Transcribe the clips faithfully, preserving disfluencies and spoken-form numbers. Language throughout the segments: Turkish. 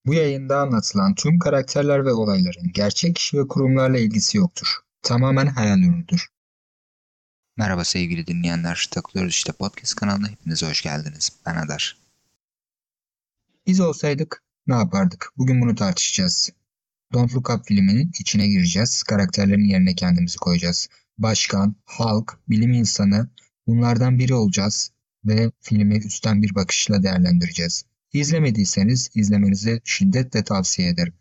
Bu yayında anlatılan tüm karakterler ve olayların gerçek kişi ve kurumlarla ilgisi yoktur. Tamamen hayal ürünüdür. Merhaba sevgili dinleyenler, Takılıyoruz İşte Podcast kanalına hepinize hoş geldiniz. Ben Adar. Biz olsaydık ne yapardık? Bugün bunu tartışacağız. Don't Look Up filminin içine gireceğiz. Karakterlerin yerine kendimizi koyacağız. Başkan, halk, bilim insanı bunlardan biri olacağız ve filmi üstten bir bakışla değerlendireceğiz. İzlemediyseniz izlemenizi şiddetle tavsiye ederim.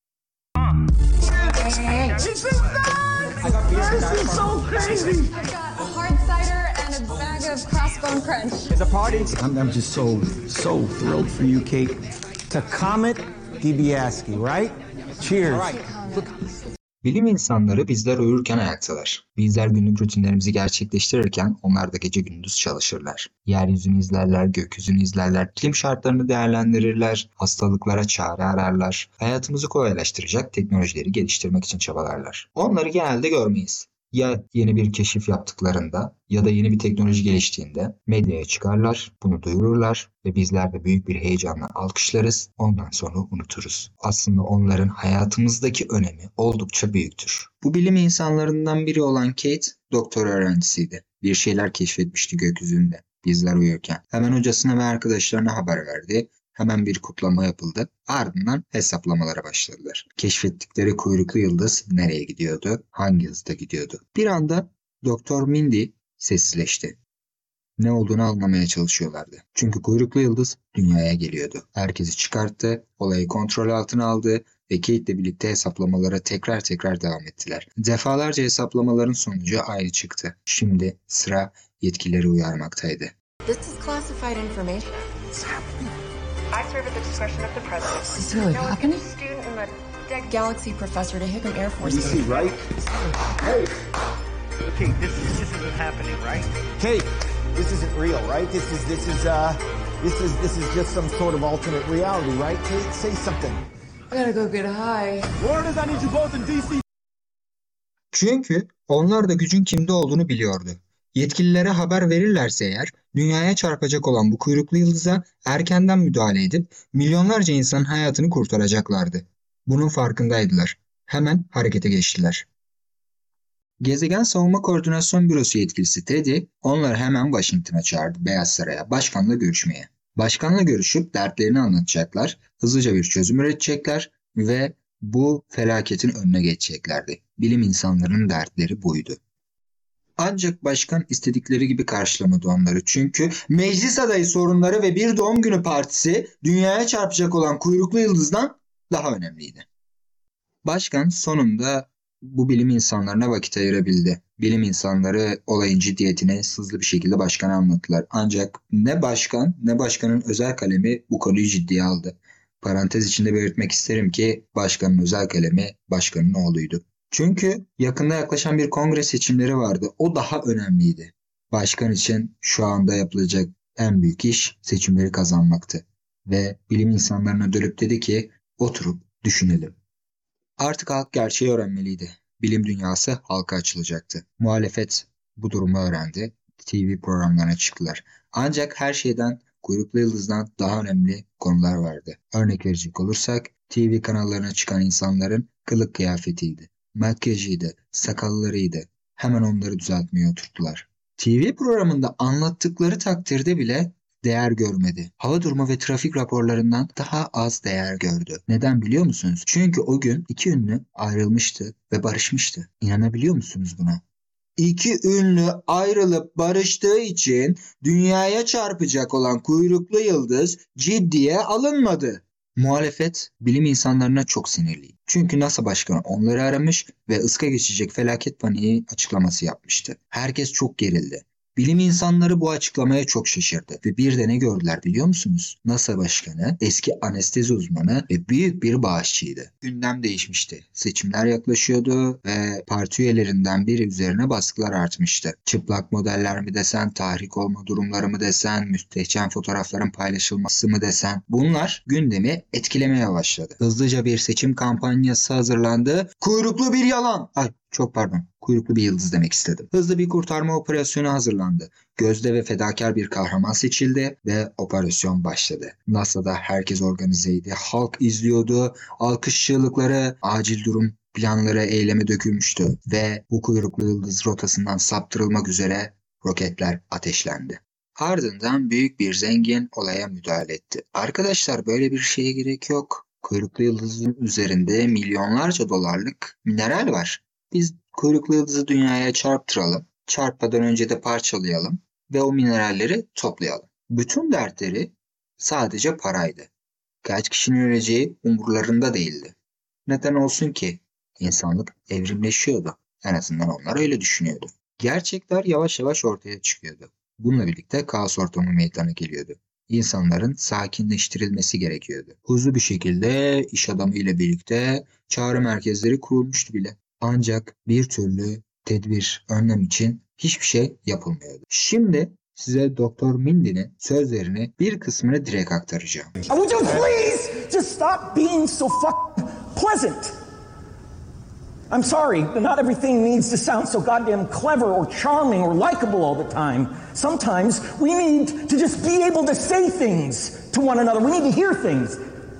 This is so crazy. I've got a hard cider and a bag of crossbone crunch. It's a party. I'm, I'm just so, so thrilled for you, Kate. To Comet DiBiase, right? Cheers. All right. Look. Bilim insanları bizler uyurken ayaktalar. Bizler günlük rutinlerimizi gerçekleştirirken onlar da gece gündüz çalışırlar. Yeryüzünü izlerler, gökyüzünü izlerler, iklim şartlarını değerlendirirler, hastalıklara çare ararlar, hayatımızı kolaylaştıracak teknolojileri geliştirmek için çabalarlar. Onları genelde görmeyiz. Ya yeni bir keşif yaptıklarında ya da yeni bir teknoloji geliştiğinde medyaya çıkarlar, bunu duyururlar ve bizler de büyük bir heyecanla alkışlarız, ondan sonra unuturuz. Aslında onların hayatımızdaki önemi oldukça büyüktür. Bu bilim insanlarından biri olan Kate, doktor öğrencisiydi. Bir şeyler keşfetmişti gökyüzünde bizler uyurken. Hemen hocasına ve arkadaşlarına haber verdi. Hemen bir kutlama yapıldı. Ardından hesaplamalara başladılar. Keşfettikleri kuyruklu yıldız nereye gidiyordu? Hangi hızda gidiyordu? Bir anda Doktor Mindy sessizleşti. Ne olduğunu anlamaya çalışıyorlardı. Çünkü kuyruklu yıldız dünyaya geliyordu. Herkesi çıkarttı, olayı kontrol altına aldı ve Kate ile birlikte hesaplamalara tekrar tekrar devam ettiler. Defalarca hesaplamaların sonucu aynı çıktı. Şimdi sıra yetkilileri uyarmaktaydı. This is classified information. What's happening? I serve at the discretion of the president. Is this really No, happening? a student in the deck. Galaxy professor to Hickam Air Force You see, Base. right? Hey, Okay, this this isn't happening, right? Kate, this isn't real, right? This is this is uh this is this is just some sort of alternate reality, right? Kate, say something. I gotta go get high. Warners, I need you both in D C. Çünkü onlar da gücün kimde olduğunu biliyordu. Yetkililere haber verirlerse eğer dünyaya çarpacak olan bu kuyruklu yıldıza erkenden müdahale edip milyonlarca insanın hayatını kurtaracaklardı. Bunun farkındaydılar. Hemen harekete geçtiler. Gezegen Savunma Koordinasyon Bürosu yetkilisi Teddy onları hemen Washington'a çağırdı, Beyaz Saray'a, başkanla görüşmeye. Başkanla görüşüp dertlerini anlatacaklar, hızlıca bir çözüm üretecekler ve bu felaketin önüne geçeceklerdi. Bilim insanlarının dertleri buydu. Ancak başkan istedikleri gibi karşılamadı onları. Çünkü meclis adayı sorunları ve bir doğum günü partisi dünyaya çarpacak olan kuyruklu yıldızdan daha önemliydi. Başkan sonunda bu bilim insanlarına vakit ayırabildi. Bilim insanları olayın ciddiyetini hızlı bir şekilde başkana anlattılar. Ancak ne başkan ne başkanın özel kalemi bu konuyu ciddiye aldı. Parantez içinde belirtmek isterim ki başkanın özel kalemi başkanın oğluydu. Çünkü yakında yaklaşan bir kongre seçimleri vardı. O daha önemliydi. Başkan için şu anda yapılacak en büyük iş seçimleri kazanmaktı. Ve bilim insanlarına dönüp dedi ki oturup düşünelim. Artık halk gerçeği öğrenmeliydi. Bilim dünyası halka açılacaktı. Muhalefet bu durumu öğrendi. T V programlarına çıktılar. Ancak her şeyden kuyruklu yıldızdan daha önemli konular vardı. Örnek verecek olursak T V kanallarına çıkan insanların kılık kıyafetiydi. Makyajıydı, sakallarıydı. Hemen onları düzeltmeye oturttular. T V programında anlattıkları takdirde bile değer görmedi. Hava durumu ve trafik raporlarından daha az değer gördü. Neden biliyor musunuz? Çünkü o gün iki ünlü ayrılmıştı ve barışmıştı. İnanabiliyor musunuz buna? İki ünlü ayrılıp barıştığı için dünyaya çarpacak olan kuyruklu yıldız ciddiye alınmadı. Muhalefet bilim insanlarına çok sinirliydi. Çünkü NASA Başkanı onları aramış ve ıska geçecek felaket paniği açıklaması yapmıştı. Herkes çok gerildi. Bilim insanları bu açıklamaya çok şaşırdı ve bir de ne gördüler biliyor musunuz? NASA Başkanı eski anestezi uzmanı ve büyük bir bağışçıydı. Gündem değişmişti. Seçimler yaklaşıyordu ve parti üyelerinden biri üzerine baskılar artmıştı. Çıplak modeller mi desen, tahrik olma durumları mı desen, müstehcen fotoğrafların paylaşılması mı desen, bunlar gündemi etkilemeye başladı. Hızlıca bir seçim kampanyası hazırlandı. Kuyruklu bir yalan, ay Çok pardon, kuyruklu bir yıldız demek istedim. Hızlı bir kurtarma operasyonu hazırlandı. Gözde ve fedakar bir kahraman seçildi ve operasyon başladı. NASA'da herkes organizeydi. Halk izliyordu. Alkış çığlıkları, acil durum planları eyleme dökülmüştü ve bu kuyruklu yıldız rotasından saptırılmak üzere roketler ateşlendi. Ardından büyük bir zengin olaya müdahale etti. Arkadaşlar, böyle bir şeye gerek yok. Kuyruklu yıldızın üzerinde milyonlarca dolarlık mineral var. Biz kuyruklu yıldızı dünyaya çarptıralım. Çarpmadan önce de parçalayalım ve o mineralleri toplayalım. Bütün dertleri sadece paraydı. Kaç kişinin öleceği umurlarında değildi. Neden olsun ki? İnsanlık evrimleşiyordu. En azından onlar öyle düşünüyordu. Gerçekler yavaş yavaş ortaya çıkıyordu. Bununla birlikte kaos ortamı meydana geliyordu. İnsanların sakinleştirilmesi gerekiyordu. Hızlı bir şekilde iş adamı ile birlikte çağrı merkezleri kurulmuştu bile. Ancak bir türlü tedbir, önlem için hiçbir şey yapılmıyordu. Şimdi size Doktor Mindy'nin sözlerini bir kısmını direkt aktaracağım. Would you please just stop being so fucking pleasant? I'm sorry, but not everything needs to sound so goddamn clever or charming or likable all the time. Sometimes we need to just be able to say things to one another. We need to hear things.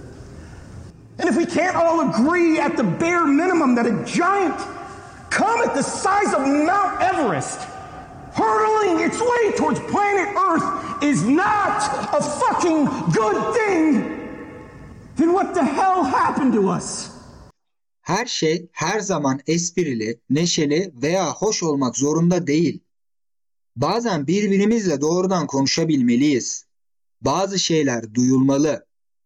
And if we can't all agree at the bare minimum that a giant comet the size of Mount Everest hurtling its way towards planet Earth is not a fucking good thing, then what the hell happened to us? Her şey her zaman esprili, neşeli veya hoş olmak zorunda değil. Bazen birbirimizle doğrudan konuşabilmeliyiz. Bazı şeyler duyulmalı.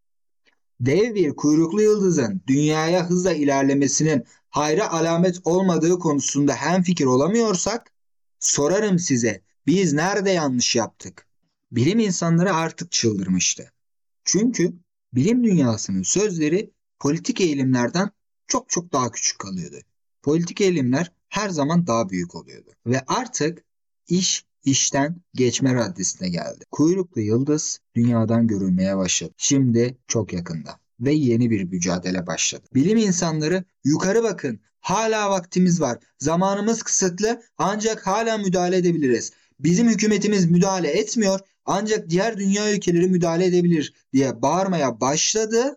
Dev bir kuyruklu yıldızın dünyaya hızla ilerlemesinin hayra alamet olmadığı konusunda hemfikir olamıyorsak, sorarım size, biz nerede yanlış yaptık? Bilim insanları artık çıldırmıştı. Çünkü bilim dünyasının sözleri politik eğilimlerden çok çok daha küçük kalıyordu. Politik eğilimler her zaman daha büyük oluyordu. Ve artık iş işten geçme raddesine geldi. Kuyruklu yıldız dünyadan görülmeye başladı. Şimdi çok yakında ve yeni bir mücadele başladı. Bilim insanları yukarı bakın, hala vaktimiz var, zamanımız kısıtlı ancak hala müdahale edebiliriz. Bizim hükümetimiz müdahale etmiyor ancak diğer dünya ülkeleri müdahale edebilir diye bağırmaya başladı.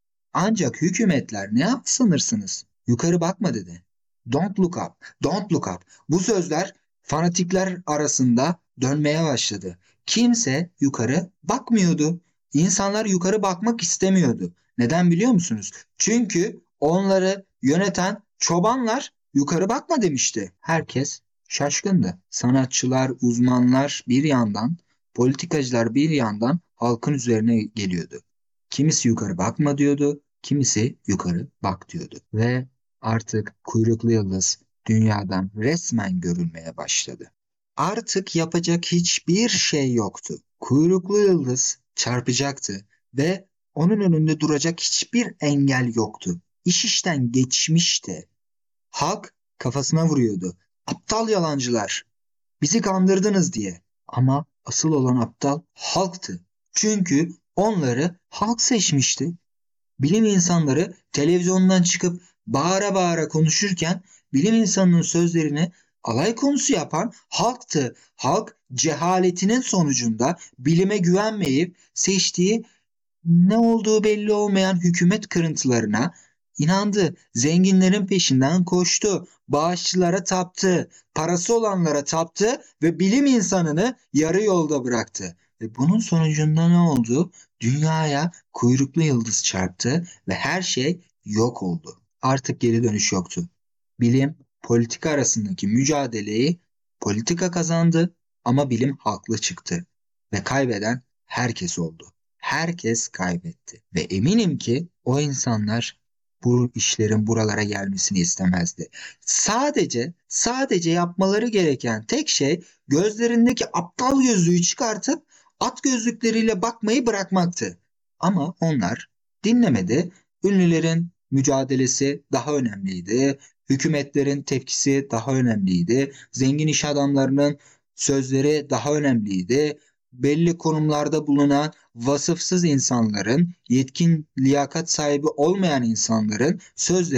Ancak hükümetler ne yaptı sanırsınız? Yukarı bakma dedi. Don't look up, don't look up. Bu sözler fanatikler arasında dönmeye başladı. Kimse yukarı bakmıyordu. İnsanlar yukarı bakmak istemiyordu. Neden biliyor musunuz? Çünkü onları yöneten çobanlar yukarı bakma demişti. Herkes şaşkındı. Sanatçılar, uzmanlar bir yandan, politikacılar bir yandan halkın üzerine geliyordu. Kimisi yukarı bakma diyordu, kimisi yukarı bak diyordu. Ve artık kuyruklu yıldız dünyadan resmen görülmeye başladı. Artık yapacak hiçbir şey yoktu. Kuyruklu yıldız çarpacaktı ve onun önünde duracak hiçbir engel yoktu. İş işten geçmişti. Halk kafasına vuruyordu. Aptal yalancılar, bizi kandırdınız diye. Ama asıl olan aptal halktı. Çünkü onları halk seçmişti. Bilim insanları televizyondan çıkıp bağıra bağıra konuşurken bilim insanının sözlerini alay konusu yapan halktı. Halk cehaletinin sonucunda bilime güvenmeyip seçtiği ne olduğu belli olmayan hükümet kırıntılarına inandı. Zenginlerin peşinden koştu. Bağışçılara taptı. Parası olanlara taptı ve bilim insanını yarı yolda bıraktı. Ve bunun sonucunda ne oldu? Dünyaya kuyruklu yıldız çarptı ve her şey yok oldu. Artık geri dönüş yoktu. Bilim, politika arasındaki mücadeleyi politika kazandı ama bilim haklı çıktı. Ve kaybeden herkes oldu. Herkes kaybetti. Ve eminim ki o insanlar bu işlerin buralara gelmesini istemezdi. Sadece, sadece yapmaları gereken tek şey gözlerindeki aptal gözlüğü çıkartıp at gözlükleriyle bakmayı bırakmaktı. Ama onlar dinlemedi. Ünlülerin mücadelesi daha önemliydi. Hükümetlerin tepkisi daha önemliydi. Zengin iş adamlarının sözleri daha önemliydi. Belli konumlarda bulunan vasıfsız insanların, yetkin liyakat sahibi olmayan insanların sözleri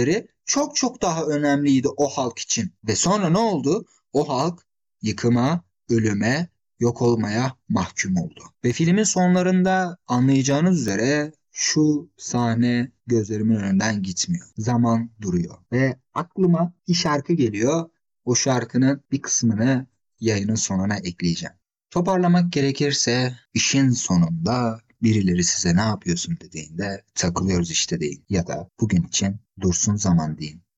çok çok daha önemliydi o halk için. Ve sonra ne oldu? O halk yıkıma, ölüme, yok olmaya mahkum oldu. Ve filmin sonlarında anlayacağınız üzere şu sahne gözlerimin önünden gitmiyor. Zaman duruyor ve aklıma bir şarkı geliyor. O şarkının bir kısmını yayının sonuna ekleyeceğim. Toparlamak gerekirse işin sonunda birileri size ne yapıyorsun dediğinde takılıyoruz işte deyin ya da bugün için dursun zaman deyin.